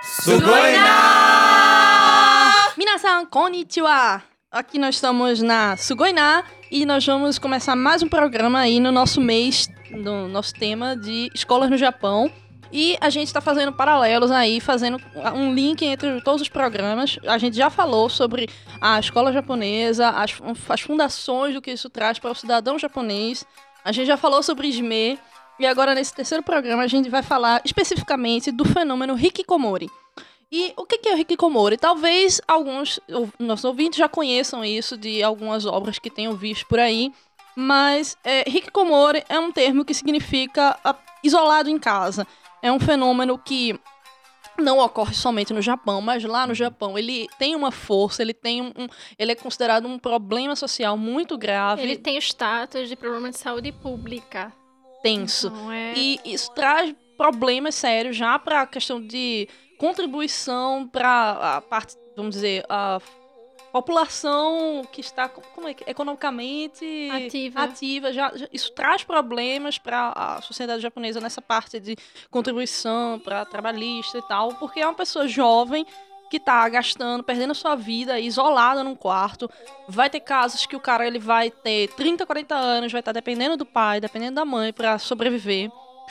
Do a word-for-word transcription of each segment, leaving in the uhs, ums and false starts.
Sugoina! Minasan, konnichiwa! Aqui nós estamos na Sugoina e nós vamos começar mais um programa aí no nosso mês, no nosso tema de escolas no Japão. E a gente está fazendo paralelos aí, fazendo um link entre todos os programas. A gente já falou sobre a escola japonesa, as, as fundações do que isso traz para o cidadão japonês. A gente já falou sobre Ijime. E agora, nesse terceiro programa, a gente vai falar especificamente do fenômeno hikikomori. E o que é o hikikomori? Talvez alguns nossos ouvintes já conheçam isso de algumas obras que tenham visto por aí. Mas é, hikikomori é um termo que significa a, isolado em casa. É um fenômeno que não ocorre somente no Japão, mas lá no Japão ele tem uma força, ele, tem um, um, ele é considerado um problema social muito grave. Ele tem o status de problema de saúde pública. Tenso. Então, é... E isso traz problemas sérios já para a questão de contribuição para a parte, vamos dizer, a população que está como é, economicamente ativa. ativa já, já, isso traz problemas para a sociedade japonesa nessa parte de contribuição para trabalhista e tal, porque é uma pessoa jovem que tá gastando, perdendo a sua vida, isolada num quarto. Vai ter casos que o cara ele vai ter trinta, quarenta anos, vai estar dependendo do pai, dependendo da mãe para sobreviver.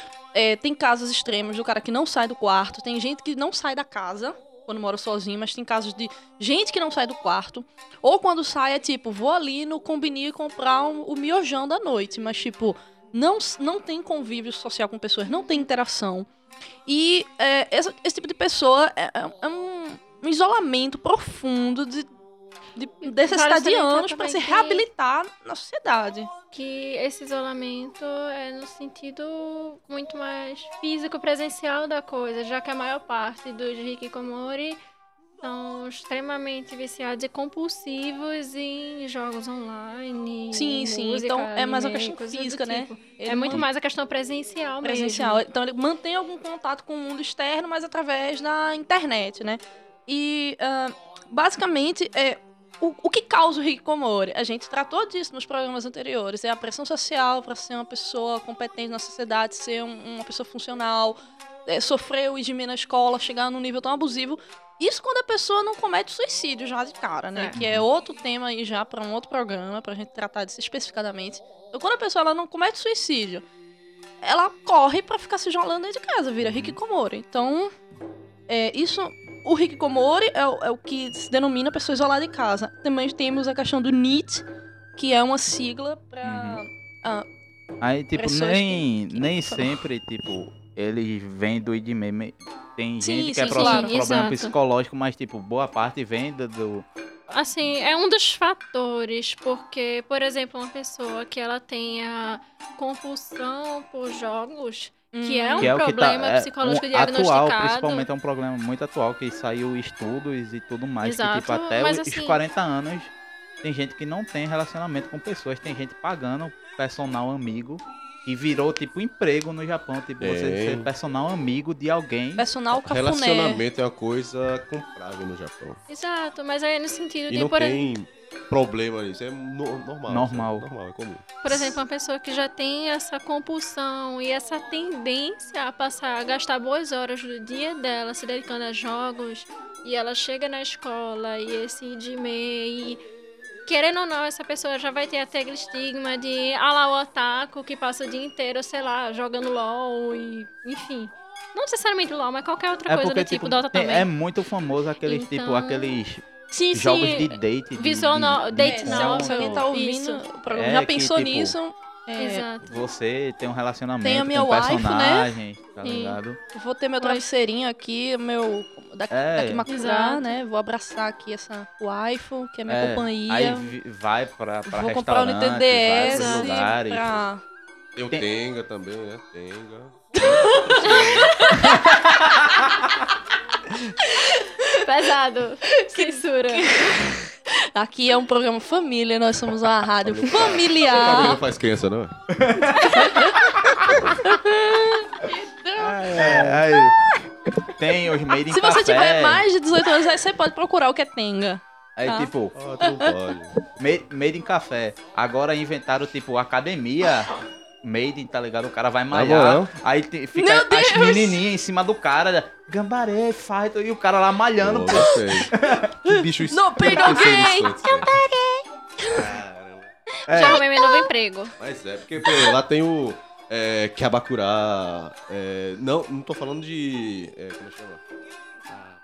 É, tem casos extremos do cara que não sai do quarto, tem gente que não sai da casa quando mora sozinho, mas tem casos de gente que não sai do quarto, ou quando sai é tipo, vou ali no Combini comprar um, o miojão da noite, mas tipo, não, não tem convívio social com pessoas, não tem interação. E é, esse, esse tipo de pessoa é, é um, um isolamento profundo de, de necessidade de anos para se reabilitar na sociedade. Que esse isolamento é no sentido muito mais físico, presencial da coisa, já que a maior parte dos hikikomori são extremamente viciados e compulsivos em jogos online. Sim, sim. Música, então é mais anime, uma questão física, né? Tipo. Ele é muito man... mais a questão presencial, presencial mesmo. Então ele mantém algum contato com o mundo externo, mas através da internet, né? E uh, basicamente é O, o que causa o hikikomori? A gente tratou disso nos programas anteriores. É a pressão social para ser uma pessoa competente na sociedade, ser um, uma pessoa funcional, é, sofrer o ijime na escola, chegar num nível tão abusivo. Isso quando a pessoa não comete suicídio já de cara, né? É. Que é outro tema aí já para um outro programa, pra gente tratar disso especificadamente. Então quando a pessoa ela não comete suicídio, ela corre para ficar se isolando dentro de casa, vira hikikomori. Então, é, isso... O hikikomori é o, é o que se denomina pessoa isolada em casa. Também temos a questão do N I T, que é uma sigla para... Uhum. Uh, Aí, tipo, nem, que, que nem sempre, tipo, eles vêm do Ijime. Tem sim, gente que sim, é pro- claro. problema Exato. psicológico, mas, tipo, boa parte vem do... do... Assim, é um dos fatores, porque, por exemplo, uma pessoa que ela tenha compulsão por jogos... Que é um que é problema que tá, psicológico é um diagnosticado. Atual, principalmente é um problema muito atual, que saiu estudos e tudo mais. Exato, que tipo, até mas os assim... quarenta anos, tem gente que não tem relacionamento com pessoas, tem gente pagando personal amigo, e virou tipo emprego no Japão, tipo, é. você ser personal amigo de alguém. Personal cafuné. Relacionamento é uma coisa comprável no Japão. Exato, mas aí no sentido e de... não por tem problema nisso, é no, normal. Normal. É normal, é comum. Por exemplo, uma pessoa que já tem essa compulsão e essa tendência a passar, a gastar boas horas do dia dela se dedicando a jogos, e ela chega na escola e esse Ijime, e querendo ou não, essa pessoa já vai ter até aquele estigma de ah lá o otaku que passa o dia inteiro, sei lá, jogando LOL e enfim. Não necessariamente LOL, mas qualquer outra é coisa porque, do tipo, tipo Dota tem, também. É muito famoso aqueles, então... tipo, aqueles... Sim, jogos sim. de date. Visual de, no... de, date de novel. Se alguém tá ouvindo Isso. o programa, É já que, pensou tipo, nisso? É, Exato. Você tem um relacionamento tem a minha com wife, personagem, né? tá ligado? Vou ter meu travesseirinho aqui, meu daqui, É. daqui Makura, né? Vou abraçar aqui essa waifu, que é minha É, companhia. Aí vi- vai pra, pra Vou comprar o restaurante, Nintendo D S vai pros lugares. pra... Tem o Tem- Tenga também, né? Tenga. Pesado. Censura. Aqui é um programa família, nós somos uma rádio Cabelo familiar. não faz criança, não? É, aí tem os made in Se você café. tiver mais de dezoito anos, aí você pode procurar o que é Tenga. Aí, tá. tipo, Ah, tu não pode. made, made in café. Agora inventaram, tipo, academia Maiden, tá ligado? O cara vai Na malhar, moral. aí te- fica as menininhas em cima do cara, gambaré, fight, e o cara lá malhando, Pô, pô. gostei. Que bicho isso. No pain, no gain. Caramba. É. Já arrumei meu novo emprego. Mas é, porque pô, lá tem o é, Kyabakura. É, não, não tô falando de. É, como chama? Ah.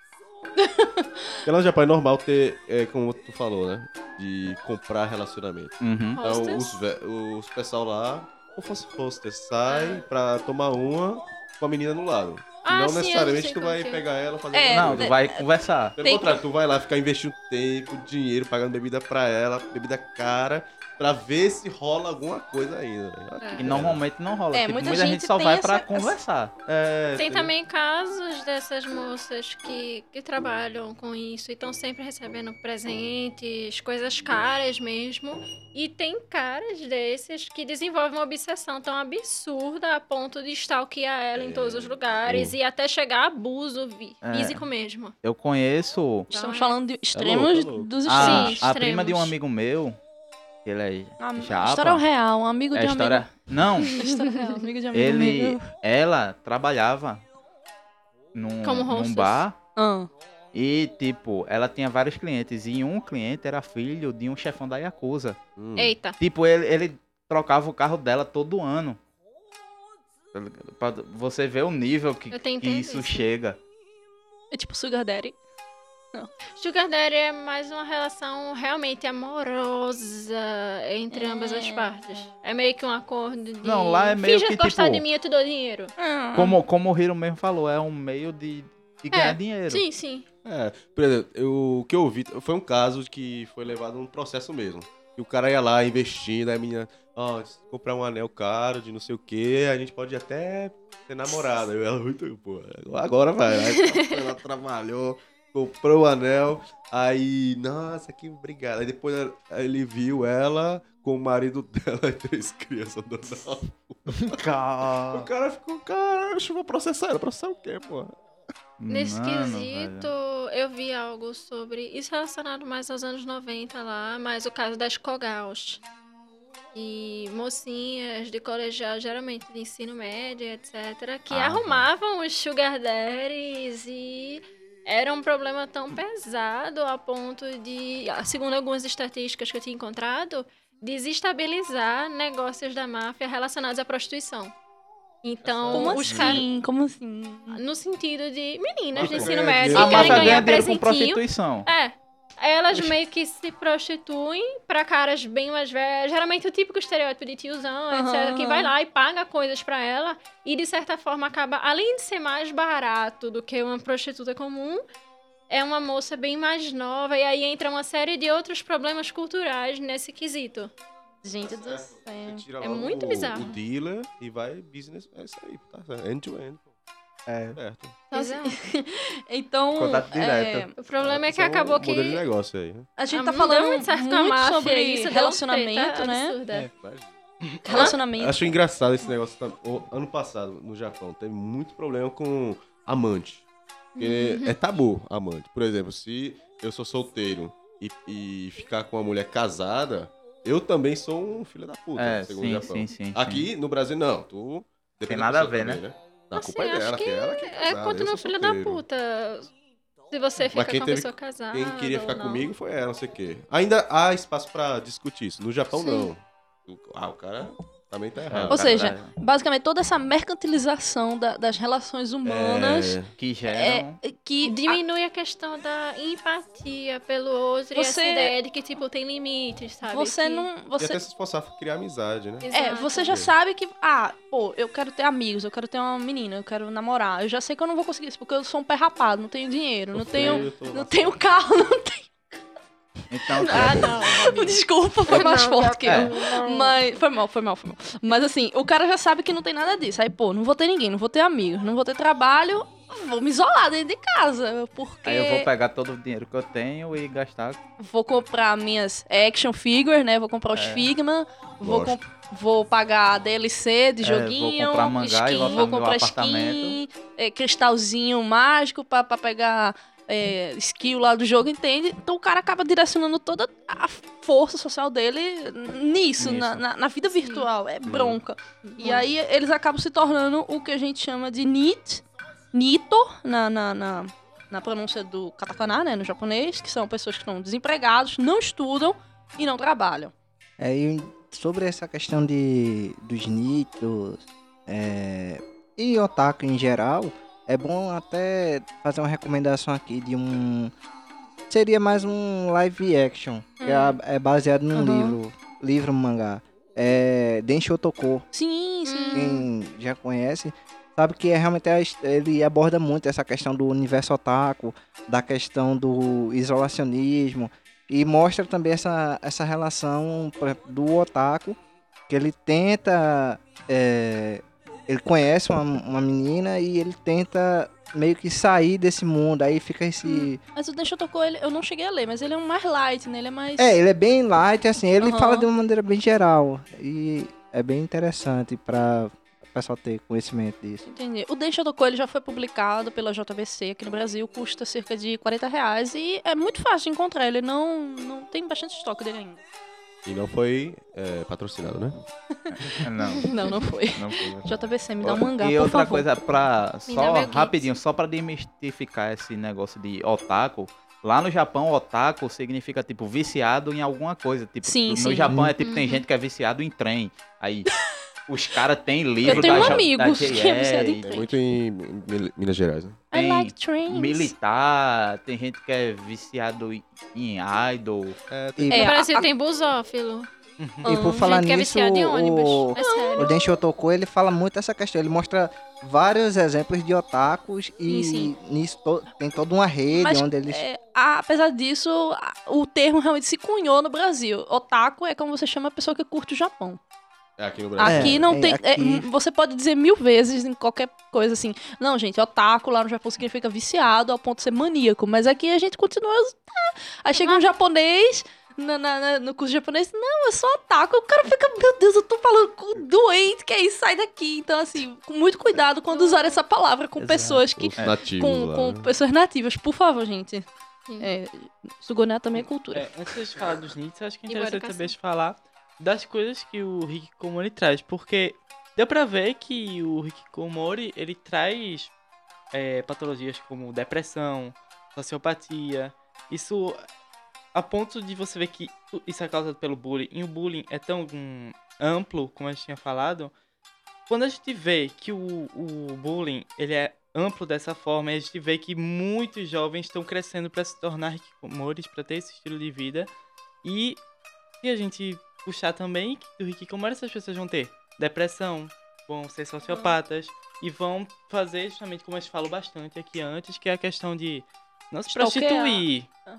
Porque lá no Japão é normal ter, é, como tu falou, né? De comprar relacionamento. Uhum. Então Hostess? os, ve- os pessoal lá, como fosse hostess, sai pra tomar uma com a menina no lado. Ah, não sim, eu necessariamente sei tu como vai que é. pegar ela fazer É, alguma Não, coisa. tu vai conversar. Pelo Tem contrário, tu vai lá ficar investindo tempo, dinheiro, pagando bebida pra ela, bebida cara, pra ver se rola alguma coisa ainda. velho. Olha que É. E merda. normalmente não rola. É, tipo, muita muita, gente, gente só tem vai essa- pra essa- conversar. É, Tem também casos dessas moças que, que trabalham com isso e estão sempre recebendo presentes, coisas caras mesmo. E tem caras desses que desenvolvem uma obsessão tão absurda a ponto de stalkear ela em todos os lugares Sim. e até chegar a abuso vi- É. físico mesmo. Eu conheço Estamos Então, falando de extremos louco, é louco. dos a, extremos. Sim, a prima de um extremos. amigo meu, que ele é A japa. história real, um amigo É de a um história... amigo. Não, História real, amigo de amigo ele... meu. Ela trabalhava num, Como num hostess. bar Ah, e, tipo, ela tinha vários clientes. E um cliente era filho de um chefão da Yakuza. Hum. Eita. Tipo, ele, ele trocava o carro dela todo ano. Pra você ver o nível que, Eu tenho que isso entendido. chega. é tipo Sugar Daddy. Sugar Daddy é mais uma relação realmente amorosa entre ambas as partes. É meio que um acordo de... Não, lá é meio Finge que, gostar tipo- de mim, eu te dou dinheiro. Ah, Como, como o Hiro mesmo falou, é um meio de, de ganhar dinheiro. Sim, sim. É, por exemplo, eu- o que eu ouvi foi um caso que foi levado num processo mesmo. E o cara ia lá investindo, aí a menina, ó, se comprar um anel caro de não sei o que, a gente pode até ser namorada. Eu ela, muito, pô, agora vai. Aí ela trabalhou, comprou o anel, aí, nossa, que obrigado. Aí depois ele viu ela com o marido dela e três crianças andando na rua. O Cara, cara ficou, cara, eu vou processar ela. Processar o quê, pô? Nesse Mano, quesito, velho. eu vi algo sobre... Isso relacionado mais aos anos noventa lá, mas o caso das Kogaos. E mocinhas de colegial, geralmente de ensino médio, etcétera, que Ah, arrumavam os sugar daddies e... Era um problema tão pesado a ponto de, segundo algumas estatísticas que eu tinha encontrado, desestabilizar negócios da máfia relacionados à prostituição. Então, como os caras... assim? Como assim? No sentido de meninas de Máfia ensino ganha médio dinheiro. que A querem máfia ganhar ganha dinheiro com presentinho. prostituição. É. Elas meio que se prostituem pra caras bem mais velhos. Geralmente o típico estereótipo de tiozão, etcétera. Aham. Que vai lá e paga coisas pra ela. E de certa forma acaba, além de ser mais barato do que uma prostituta comum, é uma moça bem mais nova. E aí entra uma série de outros problemas culturais nesse quesito. Gente do Você céu. tira É logo muito o, bizarro. o dealer e vai business. É isso aí, tá certo. End to end. pô. É. Certo. Exato. Então, Contato é, direto. O problema é que Esse acabou o modelo de que... negócio aí, né? a gente Ah, tá não falando deu muito certo com a muito máfia, sobre isso deu uma relacionamento, treta né? absurda. Relacionamento. Acho engraçado esse negócio. tá- o- Ano passado, no Japão, teve muito problema com amante. Porque Uhum. é tabu, amante. Por exemplo, se eu sou solteiro e, e ficar com uma mulher casada, eu também sou um filho da puta, É, segundo o sim, Japão. sim, sim, sim. Aqui no Brasil, não. Tu. depende Tem da nada a pessoa ver, também, né? A Assim, culpa é acho dela, que que ela que é É, casada. eu continua sou filho da solteiro. puta. Se você fica quem com a teve- pessoa casada. Quem queria ficar ou não. comigo foi ela, não sei o quê. Ainda há espaço pra discutir isso. No Japão, Sim. não. O- Ah, o cara também tá errado. Ou seja, Cara, basicamente toda essa mercantilização da- das relações humanas É, que é, geram... que Diminui a questão da empatia pelo outro e Você- essa ideia de que, tipo, tem limites, sabe? você Que- não. E Você, até se esforçar pra criar amizade, né? é, Exato. você já sabe que, ah, pô, eu quero ter amigos, eu quero ter uma menina, eu quero namorar. Eu já sei que eu não vou conseguir isso, porque eu sou um pé rapado, não tenho dinheiro, Tô não feio, tenho, tô não lascado. tenho carro, não tenho. Então, Ah, não. Desculpa, foi mais Não, forte que é. eu. Mas foi mal, foi mal, foi mal. Mas assim, o cara já sabe que não tem nada disso. Aí, pô, não vou ter ninguém, não vou ter amigos, não vou ter trabalho, vou me isolar dentro de casa. Porque aí eu vou pegar todo o dinheiro que eu tenho e gastar. vou comprar minhas action figures, né? Vou comprar os É. Figma, vou, Lógico. comp- vou pagar D L C de É, joguinho. vou comprar mangá skin, e voltar Vou no meu comprar apartamento. skin, é, cristalzinho mágico pra, pra pegar é, skill lá do jogo entende, então o cara acaba direcionando toda a força social dele nisso, Nisso. Na, na, na vida virtual, é bronca. E aí eles acabam se tornando o que a gente chama de NEET, Nito, na, na, na, na pronúncia do katakana, né, no japonês, que são pessoas que estão desempregados, não estudam e não trabalham. É, e sobre essa questão de, dos nitos é, e otaku em geral, é bom até fazer uma recomendação aqui de um... Seria mais um live action, que Hum. é, é baseado num Uhum. livro, livro mangá. É Denshi Otoko, Sim, sim. quem já conhece, sabe que é realmente a his- ele aborda muito essa questão do universo otaku, da questão do isolacionismo, e mostra também essa, essa relação, por exemplo, do otaku, que ele tenta... é, ele conhece uma, uma menina e ele tenta meio que sair desse mundo, aí fica esse... Mas o Deixa eu tocou ele, eu não cheguei a ler, mas ele é um mais light, né? Ele é mais. É, ele é bem light, assim, ele Aham. fala de uma maneira bem geral, e é bem interessante para o pessoal ter conhecimento disso. Entendi. O Deixa eu tocou ele já foi publicado pela J B C aqui no Brasil, custa cerca de quarenta reais e é muito fácil de encontrar. Ele não, não tem bastante estoque dele ainda. E não foi é, patrocinado, né? Não, Não, não foi. não foi. J B C, me dá um mangá, E por outra favor. coisa, pra, Me dá só meu kit. rapidinho, só pra demistificar esse negócio de otaku, lá no Japão, otaku significa, tipo, viciado em alguma coisa. Tipo, Sim, no sim. Japão é tipo, tem Uhum. gente que é viciado em trem. Aí, os caras têm livro Eu tenho da, um J- amigo da que é J R, viciado em É trem. muito em Mil- Minas Gerais, né? I tem like trains. militar, tem gente que é viciado em- em idol. É, E, É, No Brasil a- tem busófilo. e por Ah, falar gente que é nisso, viciada em ônibus. o, É sério. o Denshi Otoko, ele fala muito essa questão, ele mostra vários exemplos de otakus e Sim, nisso to- tem toda uma rede Mas, onde eles... é, a- apesar disso, a- o termo realmente se cunhou no Brasil. Otaku é como você chama a pessoa que curte o Japão. é aqui no Brasil. Aqui É, não é, tem. é, aqui- você pode dizer mil vezes em qualquer coisa assim. Não, gente, otaku lá no Japão significa viciado ao ponto de ser maníaco. Mas aqui a gente continua. Ah. Aí chega um japonês. na- na- na- no curso japonês, não, eu sou otaku. O cara fica, meu Deus, eu tô falando com doente, que é isso, sai daqui. Então, assim, com muito cuidado quando usar essa palavra com Exato. pessoas que. Os nativos Com, lá, com né? pessoas nativas, por favor, gente. Sim. É, Sugoná também é cultura. É, antes de falar dos Nietzsche, acho que é E boa interessante educação. também de falar das coisas que o Hikikomori traz, porque deu pra ver que o Hikikomori, ele traz é, patologias como depressão, sociopatia, isso a ponto de você ver que isso é causado pelo bullying, e o bullying é tão hum, amplo, como a gente tinha falado, quando a gente vê que o, o bullying, ele é amplo dessa forma, a gente vê que muitos jovens estão crescendo para se tornar hikikomoris, para ter esse estilo de vida. E se a gente puxar também, do hikikomori essas pessoas vão ter depressão, vão ser sociopatas e vão fazer justamente como a gente falou bastante aqui antes, que é a questão de não se Stalkear. prostituir, Ah.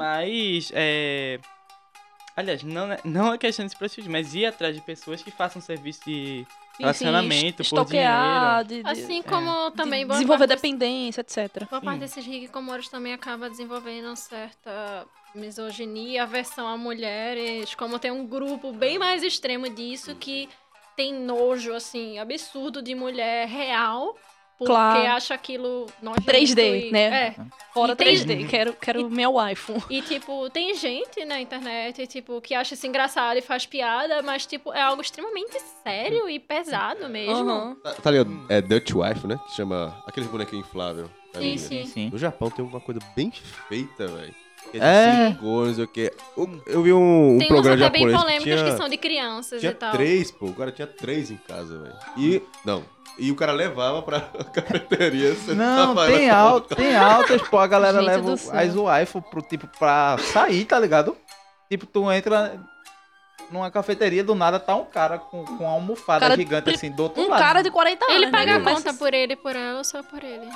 mas é... aliás, não, é- não é questão de se prostituir, mas ir atrás de pessoas que façam serviço de relacionamento por estoquear, de, de- Assim como de também boa desenvolver parte, dependência, etcétera. boa parte Sim. desses hikikomoris também acaba desenvolvendo certa misoginia, aversão a mulheres, como tem um grupo bem mais extremo disso que tem nojo, assim, absurdo de mulher real, porque Claro. acha aquilo nojento três D, e- né? É. Fora E tem- três D, quero, quero meu iPhone. E, tipo, tem gente na internet, tipo, que acha isso engraçado e faz piada, mas, tipo, é algo extremamente sério e pesado mesmo. Aham. Tá, tá ligado? É Dutch Wife, né? Que chama aqueles bonequinhos inflável. da Sim, menina. sim. Sim. No Japão tem uma coisa bem feita, velho. Que É. é de silicone, não sei o quê. Eu, eu vi um, um Tem uns programa até bem japonês polêmicas que que, tinha, são de crianças tinha e tal. três, pô. O cara tinha três em casa, velho. E, não. E o cara levava pra cafeteria. você Não, tava tem, lá- al tem altas, pô, a galera Gente leva do céu. as waifu pro, tipo, pra sair, tá ligado? Tipo, tu entra numa cafeteria, do nada tá um cara com, com uma almofada Cara, gigante assim, do outro Um lado. cara de quarenta anos. Ele paga a né? conta por ele, por ela ou só por ele?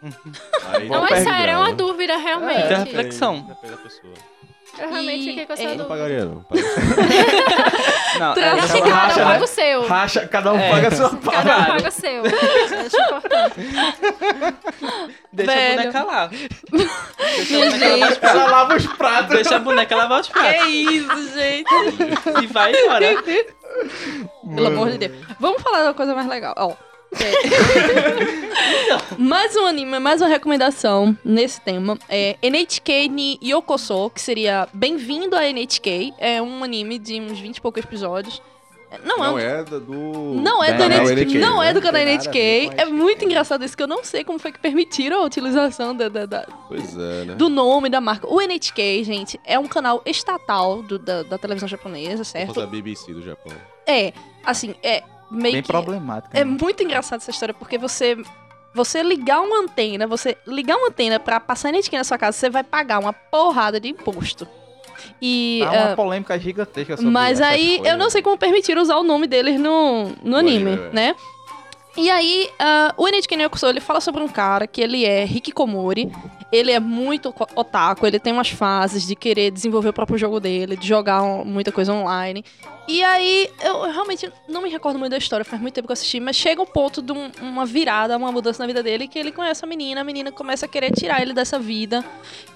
Aí Não, Bom é perguntar, sério, é uma né? dúvida, realmente. Fica É, reflexão. depende da pessoa. Eu realmente E- fiquei com essa é- Eu não dúvida. pagaria, não. Não, Tra- é, Deixa Ela cada racha, um né? paga o seu. Racha, cada um É. paga a sua Cada parte. um paga o seu. Acho importante. deixa Velho. a boneca lá. Deixa a Minha boneca lavar os gente. pratos. Ela lava os pratos. Deixa a boneca lavar os pratos. Que isso, gente. E vai embora. Pelo amor de Deus. Vamos falar de uma coisa mais legal. Ó. Mais um anime, mais uma recomendação nesse tema é N H K ni Yokoso, que seria Bem-vindo a N H K. É um anime de uns vinte e poucos episódios. Não, Não é, um- é da- do... não é do Canal N H K, N H K, não né? é do canal Não tem N nada H a K. ver com É N H K. muito engraçado isso, que eu não sei como foi que permitiram a utilização da, da- da- Pois é, né? do nome da marca. O N H K, gente, é um canal estatal do- da, da televisão japonesa, Vamos certo? da B B C do Japão. É, assim, é meio Bem que... problemático. É né? muito engraçado essa história, porque você... Você ligar uma antena, você ligar uma antena pra passar N H K na sua casa, você vai pagar uma porrada de imposto. E... Tá uma ah, polêmica gigantesca sobre mas essas aí, coisas. eu não sei como permitiram usar o nome deles no, no anime, anime, é. né? E aí, ah, o N H K no Yokusou, ele fala sobre um cara que ele é hikikomori, ele é muito co- otaku, ele tem umas fases de querer desenvolver o próprio jogo dele, de jogar um- muita coisa online. E aí, eu realmente não me recordo muito da história, faz muito tempo que eu assisti, mas chega um ponto de um- uma virada, uma mudança na vida dele, que ele conhece a menina, a menina começa a querer tirar ele dessa vida.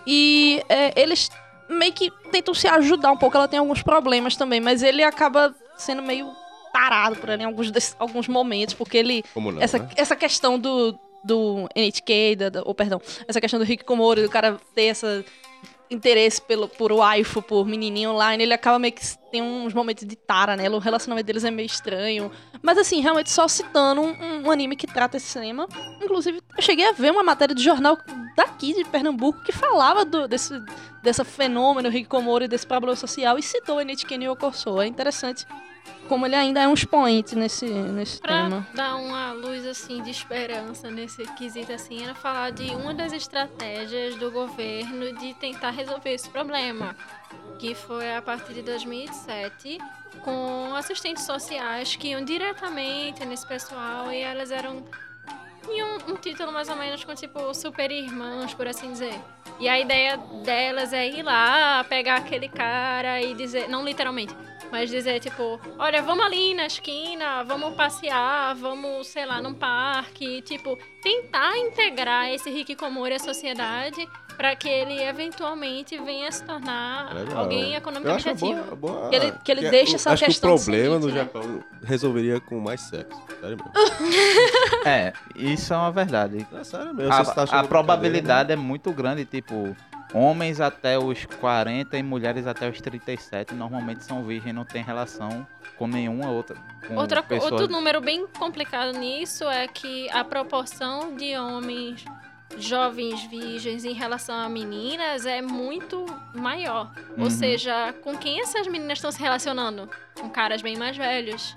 E é, eles meio que tentam se ajudar um pouco, ela tem alguns problemas também, mas ele acaba sendo meio tarado por ela em alguns, des- alguns momentos, porque ele... Como não, Essa, né? essa questão do, do N H K, da, da- ou perdão, essa questão do hikikomori, do cara ter esse interesse pelo, por waifu, por menininho online, ele acaba meio que tem uns momentos de tara nela, o relacionamento deles é meio estranho. Mas assim, realmente só citando um, um anime que trata esse tema. Inclusive, eu cheguei a ver uma matéria de jornal daqui de Pernambuco que falava do, desse, desse fenômeno hikikomori, desse problema social, e citou o N H K no Yokusou. É interessante como ele ainda é um expoente nesse, nesse Pra tema. dar uma luz, assim, de esperança nesse quesito, assim, era falar de uma das estratégias do governo de tentar resolver esse problema, que foi a partir de dois mil e sete, com assistentes sociais que iam diretamente nesse pessoal e elas eram... tinham um título mais ou menos com, tipo, super irmãs, por assim dizer. E a ideia delas é ir lá, pegar aquele cara e dizer... Não literalmente, mas dizer, tipo... Olha, vamos ali na esquina, vamos passear, vamos, sei lá, num parque. Tipo, tentar integrar esse hikikomori à sociedade para que ele, eventualmente, venha se tornar Legal. alguém Eu economicamente acho uma ativo. boa, boa... Que ele- que ele eu- deixa essa acho questão que do o problema limite, no né? Japão resolveria com mais sexo. Sério mesmo. É, isso é uma verdade. Não, sério mesmo. Você tá A, achando a probabilidade é muito grande, tipo, homens até os quarenta e mulheres até os trinta e sete normalmente são virgens, não tem relação com nenhuma outra. Com Outra, co- pessoa- outro número bem complicado nisso é que a proporção de homens jovens virgens em relação a meninas é muito maior. Uhum. Ou seja, com quem essas meninas estão se relacionando? Com caras bem mais velhos.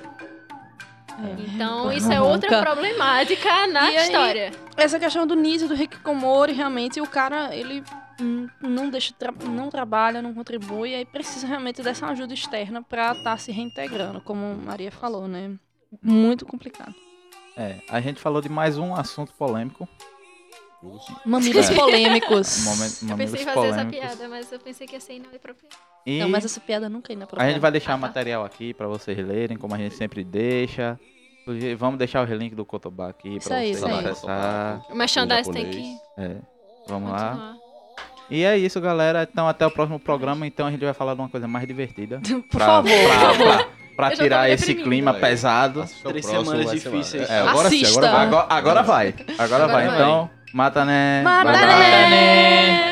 Então, isso é outra Nunca. problemática na E aí- história. Essa questão do Nise, do hikikomori, realmente, o cara, ele hum, não deixa, tra- não trabalha, não contribui, e aí precisa realmente dessa ajuda externa pra estar se reintegrando, como Maria falou, né? Muito complicado. É, a gente falou de mais um assunto polêmico. Mamilos É. polêmicos. Momento, Eu mamilos pensei em fazer essa polêmicos. piada, mas eu pensei que ia ser inapropriado. E Não, mas essa piada nunca é a inapropriada. gente vai deixar Ah, o tá. material aqui pra vocês lerem, como a gente sempre deixa. Inclusive, vamos deixar o link do Kotobá aqui Isso pra aí, vocês isso aí. acessar. O merchandise Em tem japonês. que É, vamos lá. continuar. E é isso, galera. Então, até o próximo programa. Então, a gente vai falar de uma coisa mais divertida. Por Pra- favor, pra- por favor. pra- Pra Eu já tirar tava esse deprimido. clima Vai. pesado. Assista o Três próximo, semanas vai ser difíceis. massa. É, agora sim, Assista. agora vai. Agora, agora vai. Agora, Agora vai. vai. Então, mata né. Mata Vai, né. vai.